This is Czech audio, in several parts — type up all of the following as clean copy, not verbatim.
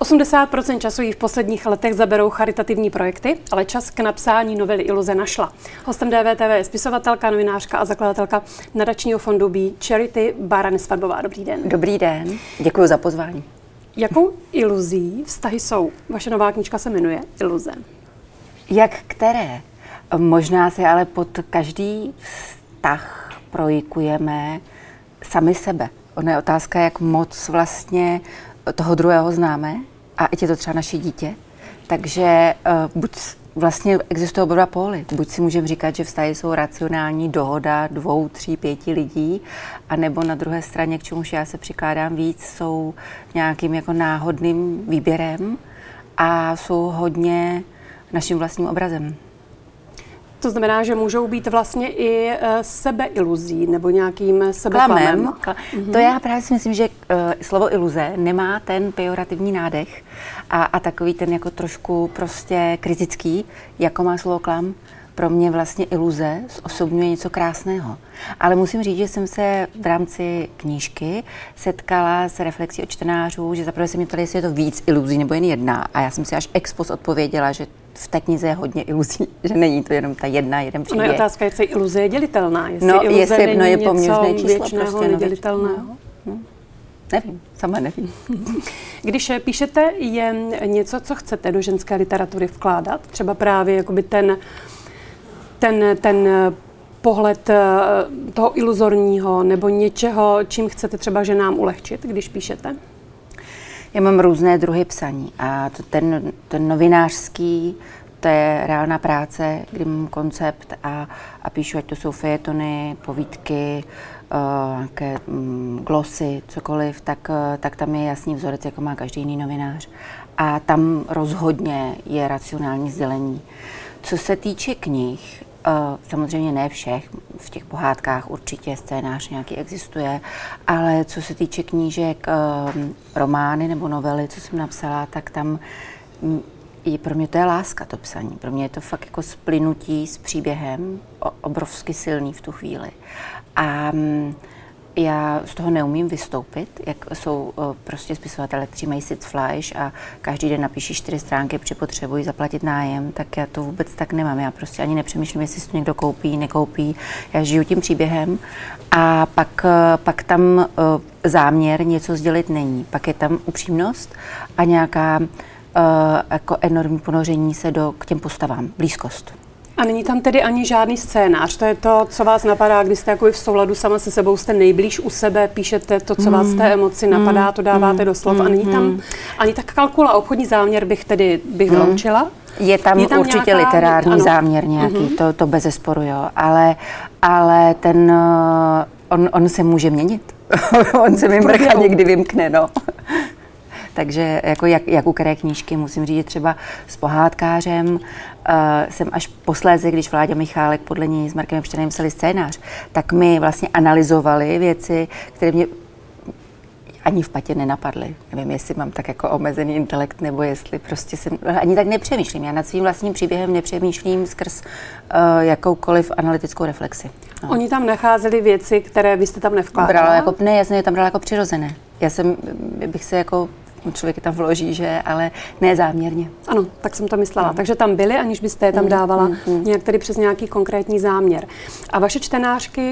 80% času jí v posledních letech zaberou charitativní projekty, ale čas k napsání novely Iluze našla. Hostem DVTV je spisovatelka, novinářka a zakladatelka nadačního fondu Be Charity Bára Nesvadbová. Dobrý den. Dobrý den, děkuji za pozvání. Jakou iluzí vztahy jsou? Vaše nová knížka se jmenuje Iluze. Jak které? Možná si ale pod každý vztah projikujeme sami sebe. Ona je otázka, jak moc vlastně toho druhého známe a i je to třeba naše dítě. Takže buď vlastně existují oba póly. Buď si můžeme říkat, že vztahy jsou racionální dohoda 2, 3, 5 lidí, anebo na druhé straně, k čemuž já se přikládám víc, jsou nějakým jako náhodným výběrem a jsou hodně naším vlastním obrazem. To znamená, že můžou být vlastně i sebeiluzí nebo nějakým sebeklamem. To já právě si myslím, že slovo iluze nemá ten pejorativní nádech a takový ten jako trošku prostě kritický, jako má slovo klam. Pro mě vlastně iluze zosobňuje něco krásného. Ale musím říct, že jsem se v rámci knížky setkala s reflexí od čtenářů, že zaprvé se mě ptali, jestli je to víc iluzí nebo jen jedna. A já jsem si až ex post odpověděla, že v té knize je hodně iluzí, že není to jenom ta jeden příběh. No je otázka, jestli iluze je dělitelná, jestli no, iluze jestli, není je něco poměřné číslo, věčného, prostě nedělitelného. Nevím, sama nevím. Když píšete, je něco, co chcete do ženské literatury vkládat? Třeba právě jakoby ten pohled toho iluzorního nebo něčeho, čím chcete třeba ženám ulehčit, když píšete? Já mám různé druhy psaní a ten novinářský, to je reálná práce, kdy mám koncept a píšu, ať to jsou fejetony, povídky, nějaké glosy, cokoliv, tak tam je jasný vzorec, jako má každý jiný novinář. A tam rozhodně je racionální sdělení. Co se týče knih, samozřejmě ne všech, v těch pohádkách určitě scénář nějaký existuje, ale co se týče knížek, romány nebo novely, co jsem napsala, tak tam pro mě to je láska, to psaní. Pro mě je to fakt jako splynutí s příběhem, obrovsky silný v tu chvíli. A já z toho neumím vystoupit, jak jsou prostě spisovatelé, kteří mají Sitzfleisch a každý den napíší 4 stránky, protože potřebují zaplatit nájem, tak já to vůbec tak nemám. Já prostě ani nepřemýšlím, jestli si to někdo koupí, nekoupí. Já žiju tím příběhem a pak tam záměr něco sdělit není. Pak je tam upřímnost a nějaká jako enormní ponoření se k těm postavám, blízkost. A není tam tedy ani žádný scénář, to je to, co vás napadá, když jste jako v souladu sama se sebou, jste nejblíž u sebe, píšete to, co vás z té emoci napadá, to dáváte do slov a není tam ani tak kalkula, obchodní záměr bych vyloučila. Je tam určitě nějaká, literární záměr nějaký, to bezesporu, jo, ale on se může měnit, on se vymrká, někdy vymkne, no. Takže jako jak u které knížky, musím říct, že třeba s pohádkářem jsem až posléze, když Vláďa Michálek podle ní s Markem Epštejnem psali scénář, tak mi vlastně analyzovali věci, které mě ani v patě nenapadly. Nevím, jestli mám tak jako omezený intelekt, nebo jestli prostě ani tak nepřemýšlím. Já nad svým vlastním příběhem nepřemýšlím skrz jakoukoliv analytickou reflexi. No. Oni tam nacházeli věci, které vy jste tam nevkládala? Já jsem je tam brala jako přirozené. Bych se jako člověk je tam vloží, že, ale ne záměrně. Ano, tak jsem to myslela. No. Takže tam byly, aniž byste je tam dávala nějak tedy přes nějaký konkrétní záměr. A vaše čtenářky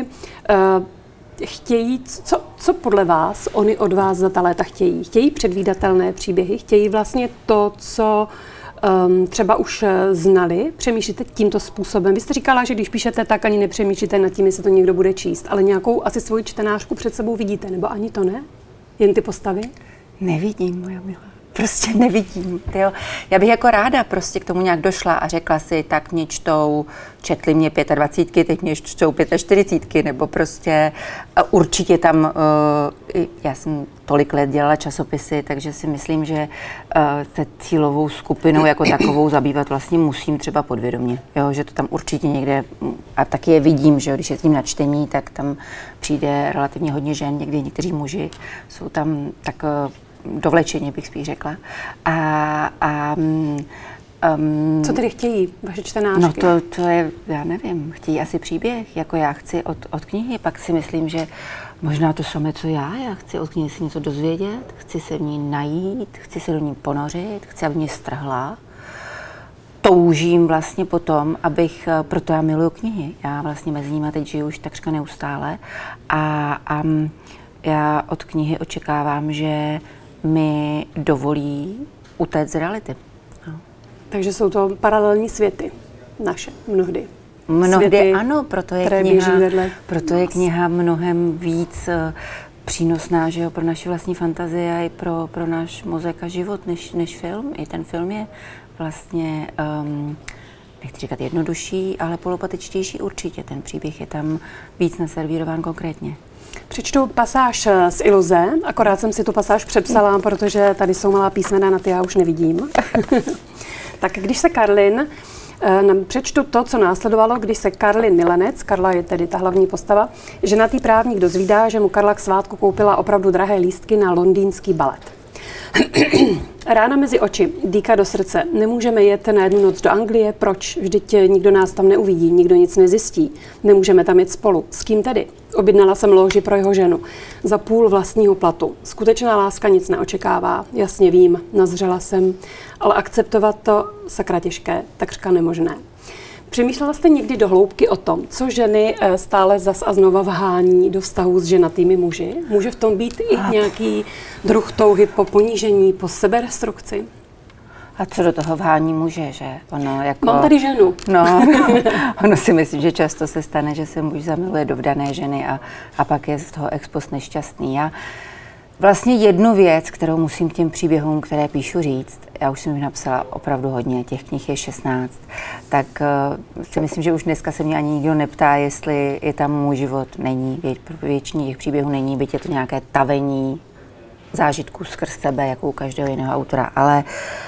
chtějí, co podle vás oni od vás za ta léta chtějí? Chtějí předvídatelné příběhy? Chtějí vlastně to, co třeba už znali? Přemýšlíte tímto způsobem? Vy jste říkala, že když píšete, tak ani nepřemýšlíte nad tím, jestli to někdo bude číst, ale nějakou asi svoji čtenářku před sebou vidíte, nebo ani to ne? Jen ty postavy? Nevidím, moja milá. Prostě nevidím. Tyjo. Já bych jako ráda prostě k tomu nějak došla a řekla si, tak mě četli mě 25, teď mě čtou 45, nebo prostě určitě tam, já jsem tolik let dělala časopisy, takže si myslím, že se cílovou skupinou jako takovou zabývat vlastně musím třeba podvědomě, jo, že to tam určitě někde, a taky je vidím, že když je tím načtení, tak tam přijde relativně hodně žen, někdy někteří muži jsou tam tak dovlečeně, bych spíš řekla. Co tedy chtějí vaše čtenářky? No to je, já nevím, chtějí asi příběh, jako já chci od knihy, pak si myslím, že možná to samé, co já chci od knihy si něco dozvědět, chci se v ní najít, chci se do ní ponořit, chci, aby mě strhla. Toužím vlastně potom, proto já miluju knihy, já vlastně mezi nimi teď žiju už takřka neustále a já od knihy očekávám, že mi dovolí utéct z reality. No. Takže jsou to paralelní světy naše mnohdy. Mnohdy světy, ano, proto je kniha mnohem víc přínosná, že jo, pro naši vlastní fantazii a i pro náš mozek a život, než film. I ten film je vlastně, nechci říkat jednodušší, ale polopatičtější určitě. Ten příběh je tam víc naservírován konkrétně. Přečtu pasáž z Iluze, akorát jsem si tu pasáž přepsala, protože tady jsou malá písmena, na ty já už nevidím. Tak když se Karlin, přečtu to, co následovalo, když se Karlin milenec, Karla je tedy ta hlavní postava, ženatý právník dozvídá, že mu Karla k svátku koupila opravdu drahé lístky na londýnský balet. Rána mezi oči, dýka do srdce. Nemůžeme jet na jednu noc do Anglie. Proč? Vždyť nikdo nás tam neuvidí, nikdo nic nezjistí. Nemůžeme tam jet spolu. S kým tedy? Objednala jsem lóži pro jeho ženu. Za půl vlastního platu. Skutečná láska nic neočekává. Jasně vím, nazřela jsem. Ale akceptovat to sakra těžké, takřka nemožné. Přemýšlela jste někdy do hloubky o tom, co ženy stále zas a znova vhání do vztahu s ženatými muži? Může v tom být i nějaký druh touhy po ponížení, po seberestrukci? A co do toho vhání muže, že? Ono jako... Mám tady ženu. No, ono si myslím, že často se stane, že se muž zamiluje do vdané ženy a pak je z toho ex post nešťastný. Já vlastně jednu věc, kterou musím k těm příběhům, které píšu, říct, já už jsem jich napsala opravdu hodně, těch knih je 16, tak si myslím, že už dneska se mě ani nikdo neptá, jestli je tam můj život. Není, většině těch příběhů není, byť je to nějaké tavení zážitků skrz sebe, jako u každého jiného autora, ale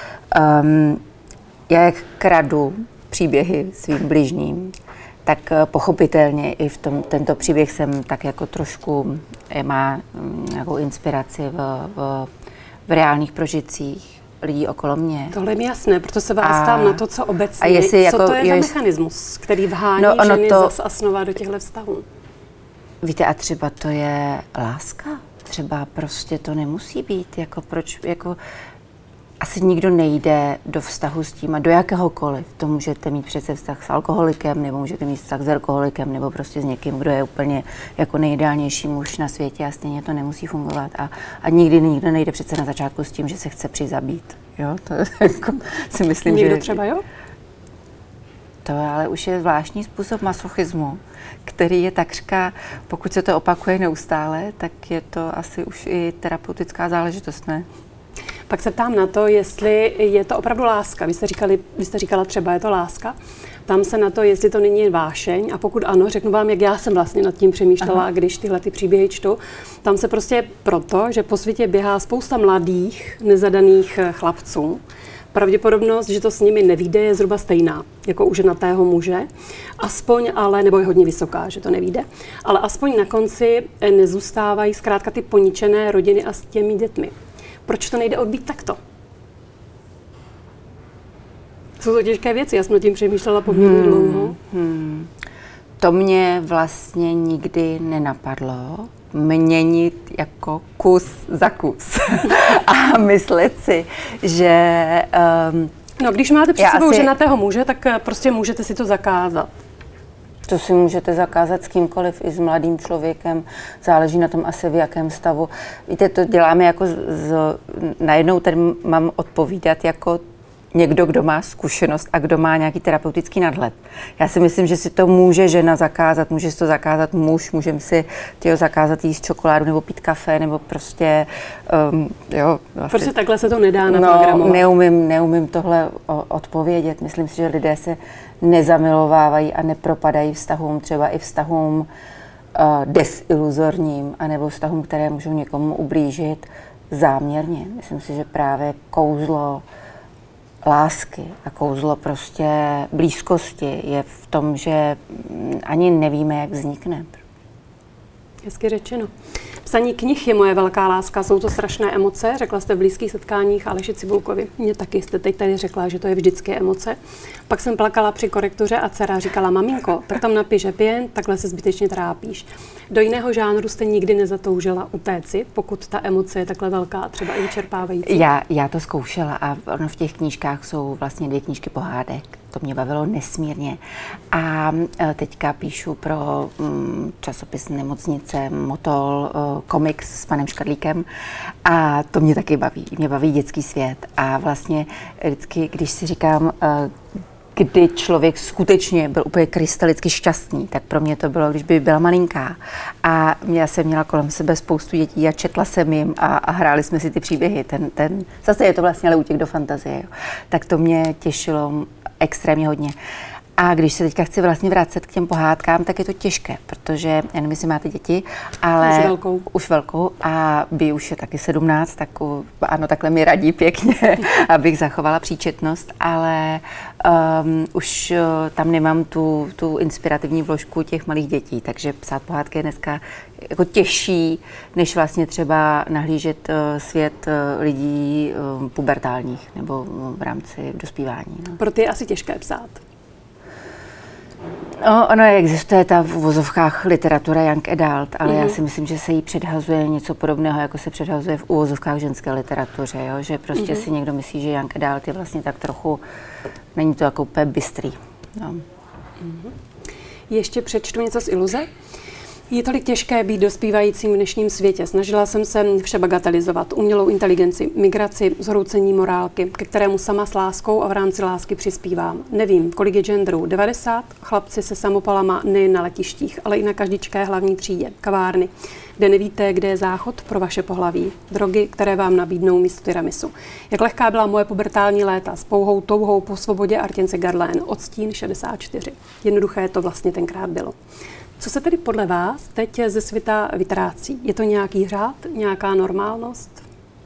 já jak kradu příběhy svým bližním, tak pochopitelně i tento příběh jsem tak jako trošku má nějakou inspiraci v reálných prožitcích lidí okolo mě. Tohle je mi jasné, proto se vás ptám na to, co obecně, jako, co to je za mechanismus, který vhání ženy zas a znova do těchto vztahů. Víte, a třeba to je láska, třeba prostě to nemusí být, jako proč, jako asi nikdo nejde do vztahu s tím a do jakéhokoliv. To můžete mít přece vztah s alkoholikem, nebo můžete mít vztah s alkoholikem, nebo prostě s někým, kdo je úplně jako nejideálnější muž na světě a stejně to nemusí fungovat. A nikdy nikdo nejde přece na začátku s tím, že se chce přizabít. Jo? To jako, si myslím, někdo třeba, jo? To ale už je zvláštní způsob masochismu, který je takřka, pokud se to opakuje neustále, tak je to asi už i terapeutická záležitost, ne? Pak se ptám na to, jestli je to opravdu láska. Vy jste říkala třeba je to láska. Ptám se na to, jestli to není vášeň a pokud ano, řeknu vám, jak já jsem vlastně nad tím přemýšlela, když tyhle ty příběhy čtu. Tam se prostě proto, že po světě běhá spousta mladých, nezadaných chlapců. Pravděpodobnost, že to s nimi nevyjde, je zhruba stejná jako u ženatého muže. Aspoň ale, nebo je hodně vysoká, že to nevyjde, ale aspoň na konci nezůstávají zkrátka ty poničené rodiny a s těmi dětmi. Proč to nejde odbít takto? Jsou to těžké věci, já jsem nad tím přemýšlela poměrně dlouho. To mě vlastně nikdy nenapadlo měnit jako kus za kus a myslet si, že... No, když máte před sebou ženatého muže, tak prostě můžete si to zakázat. To si můžete zakázat s kýmkoliv, i s mladým člověkem, záleží na tom asi v jakém stavu. Víte, to děláme jako najednou tady mám odpovídat jako někdo, kdo má zkušenost a kdo má nějaký terapeutický nadhled. Já si myslím, že si to může žena zakázat, může si to zakázat muž, můžeme si zakázat jíst čokoládu nebo pít kafe, nebo prostě, jo. Vlastně, prostě takhle se to nedá naprogramovat. Neumím tohle odpovědět. Myslím si, že lidé se nezamilovávají a nepropadají vztahům, třeba i vztahům desiluzorním, anebo vztahům, které můžou někomu ublížit záměrně. Myslím si, že právě kouzlo lásky a kouzlo prostě blízkosti je v tom, že ani nevíme, jak vznikne. Hezky řečeno. Psaní knih je moje velká láska, jsou to strašné emoce, řekla jste v blízkých setkáních Aleši Cibulkovi. Mně taky jste teď tady řekla, že to je vždycky emoce. Pak jsem plakala při korektuře a dcera říkala, maminko, tak tam napiš happy end, takhle se zbytečně trápíš. Do jiného žánru jste nikdy nezatoužila utéci, pokud ta emoce je takhle velká, třeba i vyčerpávající? Já to zkoušela a ono v těch knížkách jsou vlastně 2 knížky pohádek. To mě bavilo nesmírně. A teďka píšu pro časopis Nemocnice Motol komiks s panem Škadlíkem a to mě taky baví. Mě baví dětský svět a vlastně vždycky, když si říkám, kdy člověk skutečně byl úplně krystalicky šťastný, tak pro mě to bylo, když by byla malinká. A já jsem měla kolem sebe spoustu dětí a četla jsem jim a hráli jsme si ty příběhy. Zase je to vlastně ale útěk do fantazie. Jo. Tak to mě těšilo extrémně hodně. A když se teďka chci vlastně vracet k těm pohádkám, tak je to těžké, protože, já nevím, jestli máte děti, ale už velkou a by už je taky 17, tak ano, takhle mi radí pěkně, abych zachovala příčetnost, ale už tam nemám tu inspirativní vložku těch malých dětí, takže psát pohádky je dneska jako těžší, než vlastně třeba nahlížet svět lidí pubertálních nebo v rámci dospívání. No. Pro ty je asi těžké psát. Ono existuje ta v uvozovkách literatura young adult, ale já si myslím, že se jí předhazuje něco podobného, jako se předhazuje v uvozovkách ženské literatuře, jo? Že prostě si někdo myslí, že young adult je vlastně tak trochu, není to jako úplně bystrý. No. Ještě přečtu něco z Iluze. Je tolik těžké být dospívajícím v dnešním světě. Snažila jsem se vše bagatelizovat. Umělou inteligenci, migraci, zhroucení morálky, ke kterému sama s láskou a v rámci lásky přispívám. Nevím, kolik je genderů. 90? Chlapci se samopalama nejen na letištích, ale i na každičké hlavní třídě. Kavárny, kde nevíte, kde je záchod pro vaše pohlaví. Drogy, které vám nabídnou místo tiramisu. Jak lehká byla moje pubertální léta s pouhou touhou po svobodě Artěnce Garlén. Odstín 64. Jednoduché to vlastně tenkrát bylo. Co se tedy podle vás teď ze světa vytrácí? Je to nějaký řád, nějaká normálnost?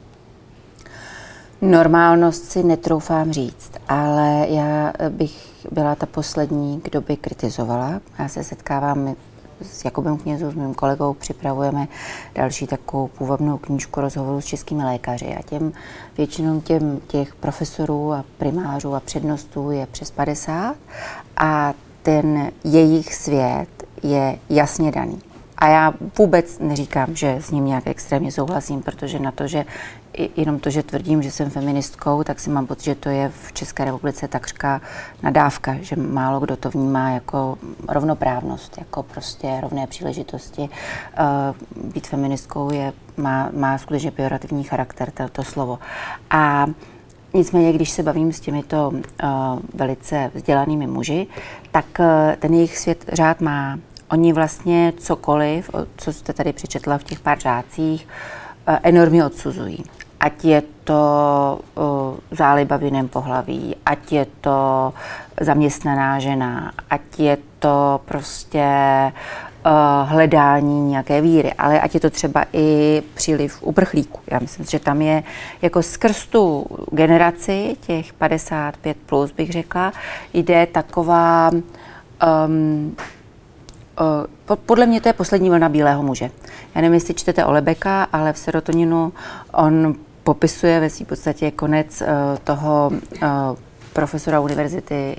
Normálnost si netroufám říct, ale já bych byla ta poslední, kdo by kritizovala. Já se setkávám s Jakubem Knězou, s mým kolegou, připravujeme další takovou půvabnou knížku rozhovorů s českými lékaři a většinou těch profesorů a primářů a přednostů je přes 50 a ten jejich svět je jasně daný. A já vůbec neříkám, že s ním nějak extrémně souhlasím, protože na to, že jenom to, že tvrdím, že jsem feministkou, tak si mám pocit, že to je v České republice takřka nadávka, že málo kdo to vnímá jako rovnoprávnost, jako prostě rovné příležitosti. Být feministkou má skutečně pejorativní charakter, to slovo. A nicméně, když se bavím s těmito velice vzdělanými muži, tak ten jejich svět řád má. Oni vlastně cokoliv, co jste tady přečetla v těch pár řádcích, enormně odsuzují. Ať je to záliba v jiném pohlaví, ať je to zaměstnaná žena, ať je to prostě hledání nějaké víry, ale ať je to třeba i příliv uprchlíků. Já myslím, že tam je jako skrz tu generaci, těch 55 plus bych řekla, jde taková, podle mě to je poslední vlna bílého muže. Já nevím, jestli čtete Olebeka, ale v Serotoninu on popisuje ve svým podstatě konec toho profesora univerzity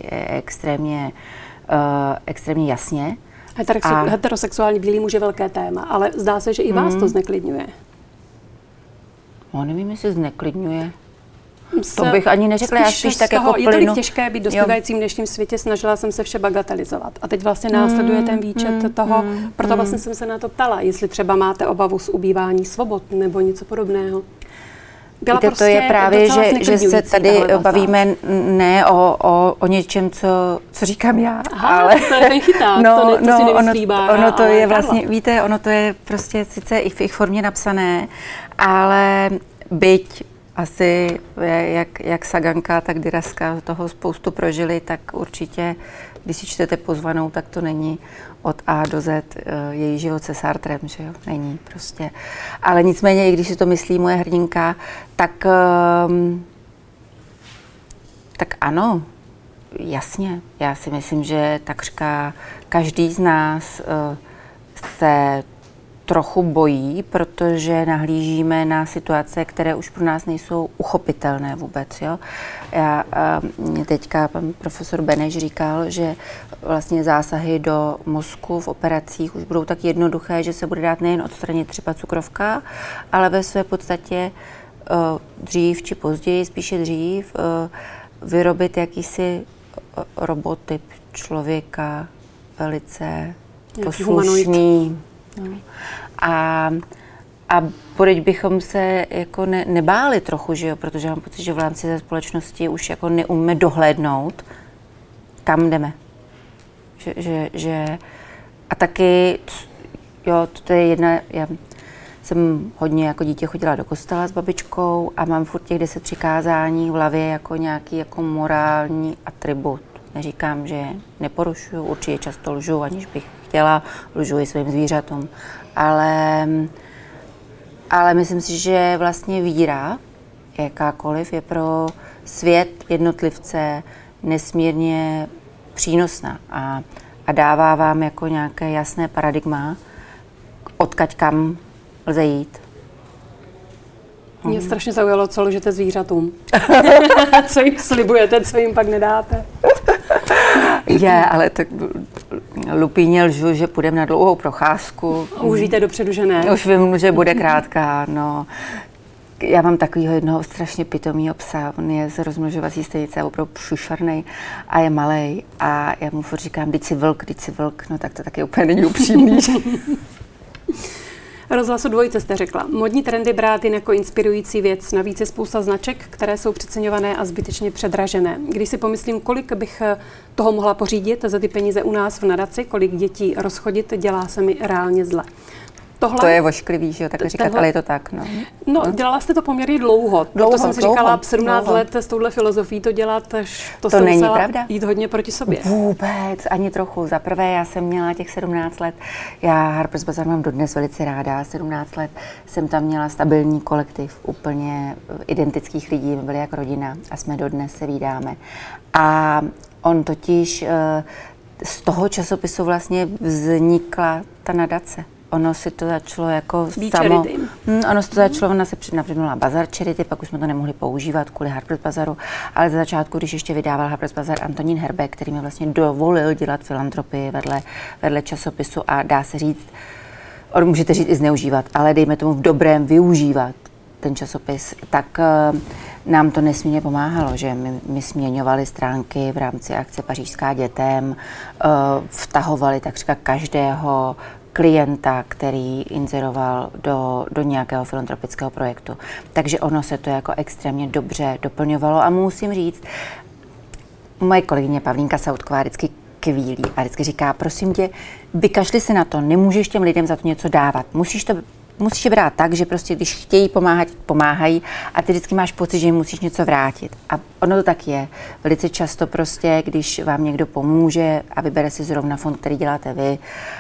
extrémně jasně. Heterosexuální bílý muž je velké téma, ale zdá se, že i vás to zneklidňuje. No, nevím, jestli zneklidňuje. To bych ani neřekla, já spíš tak jako plynu. Je tolik těžké být dospívajícím v dnešním světě, snažila jsem se vše bagatelizovat. A teď vlastně následuje ten výčet toho, proto vlastně jsem se na to ptala, jestli třeba máte obavu z ubývání svobod nebo něco podobného. Víte, to je právě, že se tady bavíme ne o něčem, co říkám já. Aha, ale to je ten chyták, to si nemyslí Bára, ono to je vlastně, víte, ono to je prostě sice i v jejich formě napsané, ale byť asi jak Saganka, tak Diraska toho spoustu prožili, tak určitě, když si čtete Pozvanou, tak to není od A do Z její život se Sartrem, že jo, není prostě. Ale nicméně, i když si to myslí moje hrdinka, tak ano, jasně. Já si myslím, že takřka každý z nás se trochu bojí, protože nahlížíme na situace, které už pro nás nejsou uchopitelné vůbec. Jo? Teďka pan profesor Beneš říkal, že vlastně zásahy do mozku v operacích už budou tak jednoduché, že se bude dát nejen odstranit třeba cukrovka, ale ve své podstatě dřív či později, spíše dřív, vyrobit jakýsi robotyp člověka velice poslušný. No. A proč bychom se jako nebáli trochu, že jo? Protože mám pocit, že v rámci té společnosti už jako neumíme dohlédnout, kam jdeme. A taky, jo, to je jedna, já jsem hodně jako dítě chodila do kostela s babičkou a mám furt těch 10 přikázání v hlavě jako nějaký jako morální atribut. Neříkám, že neporušuju, určitě často lžu, aniž bych chtěla, lžu i svým zvířatům. Ale myslím si, že vlastně víra, jakákoliv, je pro svět jednotlivce nesmírně přínosná a dává vám jako nějaké jasné paradigma, odkud kam lze jít. Mě strašně zaujalo, co lžete zvířatům. Co jim slibujete, co jim pak nedáte. Ale tak lupíně lžu, že půjdeme na dlouhou procházku. Už víte dopředu, že ne. Už vím, že bude krátká, no. Já mám takového jednoho strašně pitomýho psa, on je z rozmnožovací stanice, opravdu příšernej a je malej. A já mu furt říkám, vždyť si vlk, no tak to taky úplně není upřímný. Rozhlasu Dvojice jste řekla. Modní trendy brát jen jako inspirující věc. Navíc je spousta značek, které jsou přeceňované a zbytečně předražené. Když si pomyslím, kolik bych toho mohla pořídit za ty peníze u nás v nadaci, kolik dětí rozchodit, dělá se mi reálně zle. Tohle, to je vošklivý, že jo, tak říkat, ale je to tak, no. No, dělala jste to poměrně dlouho. To jsem si říkala, 17 let s touhle filozofií to dělat, to není pravda. Jít hodně proti sobě. Vůbec, ani trochu. Za prvé, já jsem měla těch 17 let, já Harper's Bazaar mám dodnes velice ráda, 17 let jsem tam měla stabilní kolektiv, úplně identických lidí, byli jak rodina a jsme dodnes se vídáme. A on totiž, z toho časopisu vlastně vznikla ta nadace. Ono si to začalo jako ono si to začalo, ona se například Bazar Charity, pak už jsme to nemohli používat kvůli Harper's Bazaru, ale za začátku, když ještě vydával Harper's Bazaar Antonín Herbeck, který mi vlastně dovolil dělat filantropii vedle časopisu a dá se říct, můžete říct i zneužívat, ale dejme tomu v dobrém využívat ten časopis, tak nám to nesmírně pomáhalo, že my směňovali stránky v rámci akce Pařížská dětem, vtahovali takřka každého klienta, který inzeroval do nějakého filantropického projektu. Takže ono se to jako extrémně dobře doplňovalo a musím říct, moje kolegyně Pavlínka Sautková vždycky kvílí a vždycky říká, prosím tě, vykašli se na to, nemůžeš těm lidem za to něco dávat, musíš je brát tak, že prostě když chtějí pomáhat, pomáhají a ty vždycky máš pocit, že jim musíš něco vrátit. A ono to tak je. Velice často prostě, když vám někdo pomůže a vybere si zrovna fond, který děláte vy,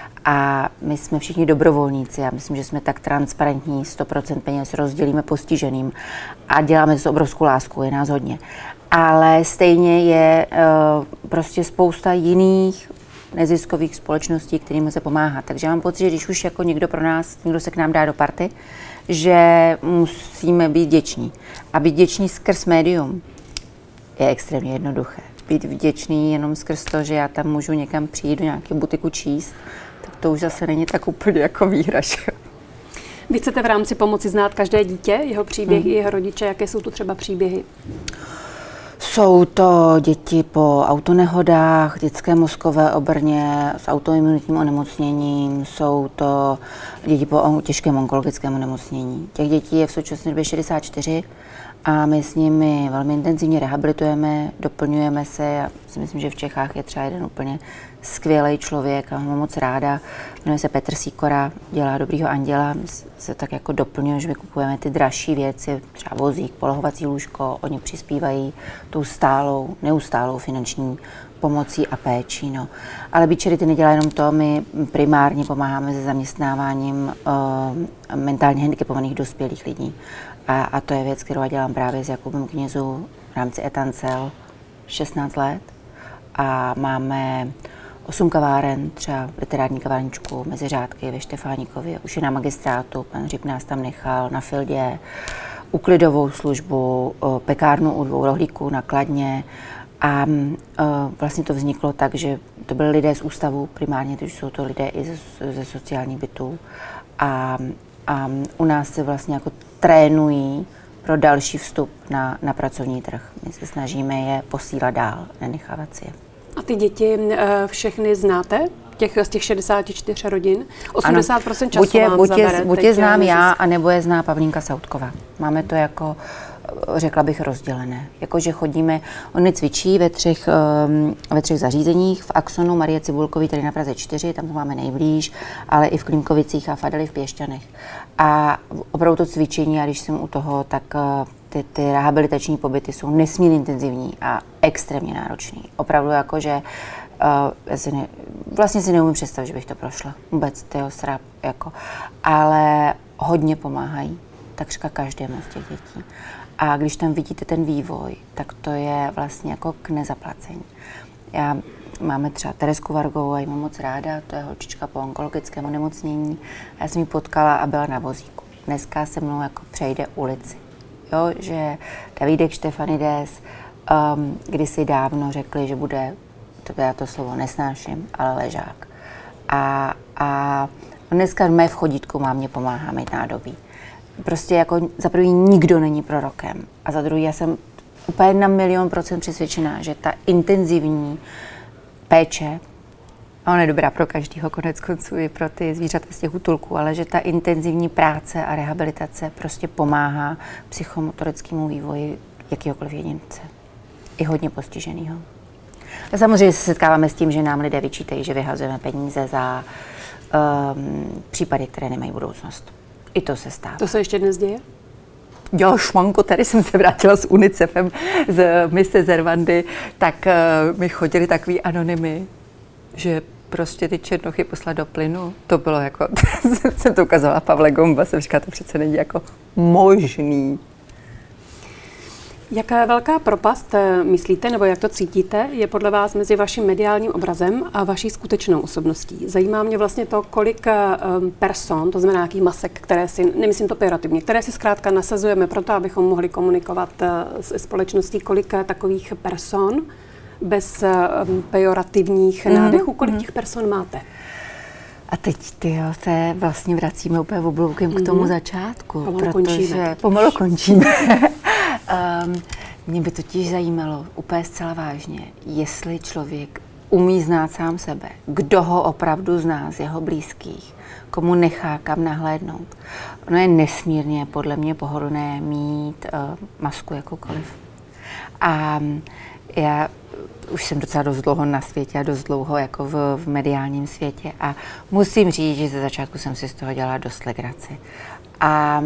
a my jsme všichni dobrovolníci. Já myslím, že jsme tak transparentní, 100% peněz rozdělíme postiženým a děláme to s obrovskou láskou, je nás hodně. Ale stejně je prostě spousta jiných neziskových společností, kterým se pomáhá. Takže mám pocit, že když už jako někdo se k nám dá do party, že musíme být vděční. A být vděční skrz médium je extrémně jednoduché. Být vděčný jenom skrz to, že já tam můžu někam přijít do nějakého butiku číst, tak to už zase není tak úplně jako výhraž. Vy chcete v rámci pomoci znát každé dítě, jeho příběhy, jeho rodiče, jaké jsou tu třeba příběhy? Jsou to děti po autonehodách, dětské mozkové obrně s autoimunitním onemocněním, jsou to děti po těžkém onkologickém onemocnění. Těch dětí je v současné době 64 a my s nimi velmi intenzivně rehabilitujeme, doplňujeme se. Já si myslím, že v Čechách je třeba jeden úplně skvělý člověk a mám moc ráda. Jmenuje se Petr Sýkora, dělá Dobrýho anděla. My se tak jako doplňujeme, že my kupujeme ty dražší věci, třeba vozík, polohovací lůžko, oni přispívají tou neustálou finanční pomocí a péčí. No. Ale Beat Charity nedělá jenom to, my primárně pomáháme se zaměstnáváním mentálně handicapovaných dospělých lidí. A to je věc, kterou já dělám právě s Jakubem Knězou v rámci Etancel 16 let. A máme 8 kaváren, třeba literární kavárničku mezi řádky ve Štefánikově, už je na magistrátu, pan Hřib nás tam nechal, na Fildě, uklidovou službu, pekárnu u 2 rohlíků na Kladně a vlastně to vzniklo tak, že to byli lidé z ústavu primárně, takže jsou to lidé i ze sociálních bytů a u nás se vlastně jako trénují pro další vstup na pracovní trh. My se snažíme je posílat dál, nenechávat si je. A ty děti všechny znáte? Z těch 64 rodin? 80% času vám zabere. Buď je znám já, anebo je zná Pavlínka Sautková. Máme to jako, řekla bych, rozdělené. Jakože chodíme, oni cvičí ve 3 zařízeních, v Axonu Marie Cibulkový, tady na Praze 4, tam to máme nejblíž, ale i v Klimkovicích a v Adeli v Pěšťanech. A opravdu to cvičení, a když jsem u toho, tak ty rehabilitační pobyty jsou nesmírně intenzivní a extrémně náročný. Opravdu jakože vlastně si neumím představit, že bych to prošla. Vůbec, tyho srap, jako. Ale hodně pomáhají, takřka každému z těch dětí. A když tam vidíte ten vývoj, tak to je vlastně jako k nezaplacení. Máme třeba Teresku Vargovou a ji mám moc ráda, to je holčička po onkologickém onemocnění. Já jsem ji potkala a byla na vozíku. Dneska se mnou jako přejde ulici. Jo, že Davídek Štefanides kdysi dávno řekli, že bude, já to slovo nesnáším, ale ležák. A dneska v chodítku mě pomáhá mít nádobí. Prostě jako za první nikdo není prorokem a za druhý já jsem úplně na 1,000,000% přesvědčená, že ta intenzivní péče, a ona je dobrá pro každého, konec konců i pro ty zvířata z těch útulků, ale že ta intenzivní práce a rehabilitace prostě pomáhá psychomotorickému vývoji jakýhokoliv jedince, i hodně postiženého. A samozřejmě se setkáváme s tím, že nám lidé vyčítají, že vyhazujeme peníze za případy, které nemají budoucnost. I to se stává. To se ještě dnes děje? Jo, šmanko, tady jsem se vrátila s UNICEFem z mise z Rwandy, tak mi chodili takový anonymy, že prostě ty černochy poslat do plynu. To bylo jako, jsem to ukazovala Pavle Gomba, jsem říkala, to přece není jako možný. Jaká velká propast, myslíte, nebo jak to cítíte, je podle vás mezi vaším mediálním obrazem a vaší skutečnou osobností? Zajímá mě vlastně to, kolik person, to znamená nějakých masek, které si, nemyslím to pejorativně, které si zkrátka nasazujeme proto, abychom mohli komunikovat s společností, kolik takových person bez pejorativních nádechů, kolik těch person máte? A teď se vlastně vracíme úplně obloukem k tomu začátku, pomalu končíme. Mě by totiž zajímalo úplně zcela vážně, jestli člověk umí znát sám sebe, kdo ho opravdu zná z jeho blízkých, komu nechá kam nahlédnout. Ono je nesmírně podle mě pohodlné mít masku jakoukoliv. A já už jsem docela dost dlouho na světě a dost dlouho jako v mediálním světě a musím říct, že ze začátku jsem si z toho dělala dost legraci. A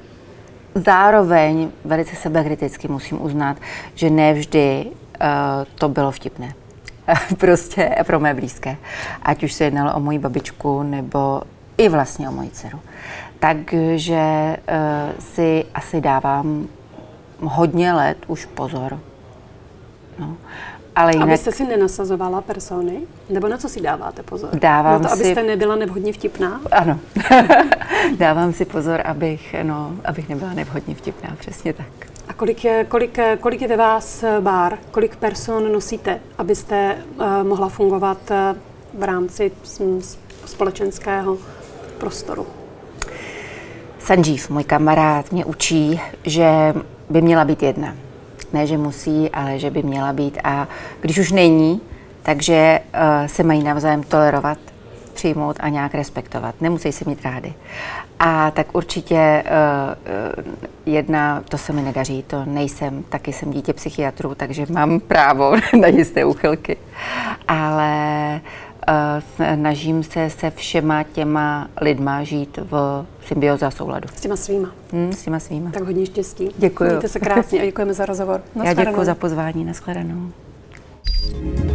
zároveň velice sebekriticky musím uznat, že nevždy to bylo vtipné. Prostě pro mé blízké. Ať už se jednalo o moji babičku nebo i vlastně o moji dceru. Takže si asi dávám hodně let už pozor. No. Ale jinak... Abyste si nenasazovala persony? Nebo na co si dáváte pozor? Dávám na to, abyste nebyla nevhodně vtipná? Ano. Dávám si pozor, abych nebyla nevhodně vtipná, přesně tak. A kolik je ve vás bár? Kolik person nosíte, abyste mohla fungovat v rámci společenského prostoru? Sanjeev, můj kamarád, mě učí, že by měla být jedna. Ne, že musí, ale že by měla být. A když už není, takže se mají navzájem tolerovat, přijmout a nějak respektovat. Nemusí se mít rády. A tak určitě jedna, to se mi nedaří, to nejsem, taky jsem dítě psychiatrů, takže mám právo na jisté úchylky. Ale snažím se všema těma lidma žít v symbioze a souladu. S těma svýma. S těma svýma. Tak hodně štěstí. Děkuji. Mějte se krásně a děkujeme za rozhovor. Já děkuji za pozvání. Nashledanou.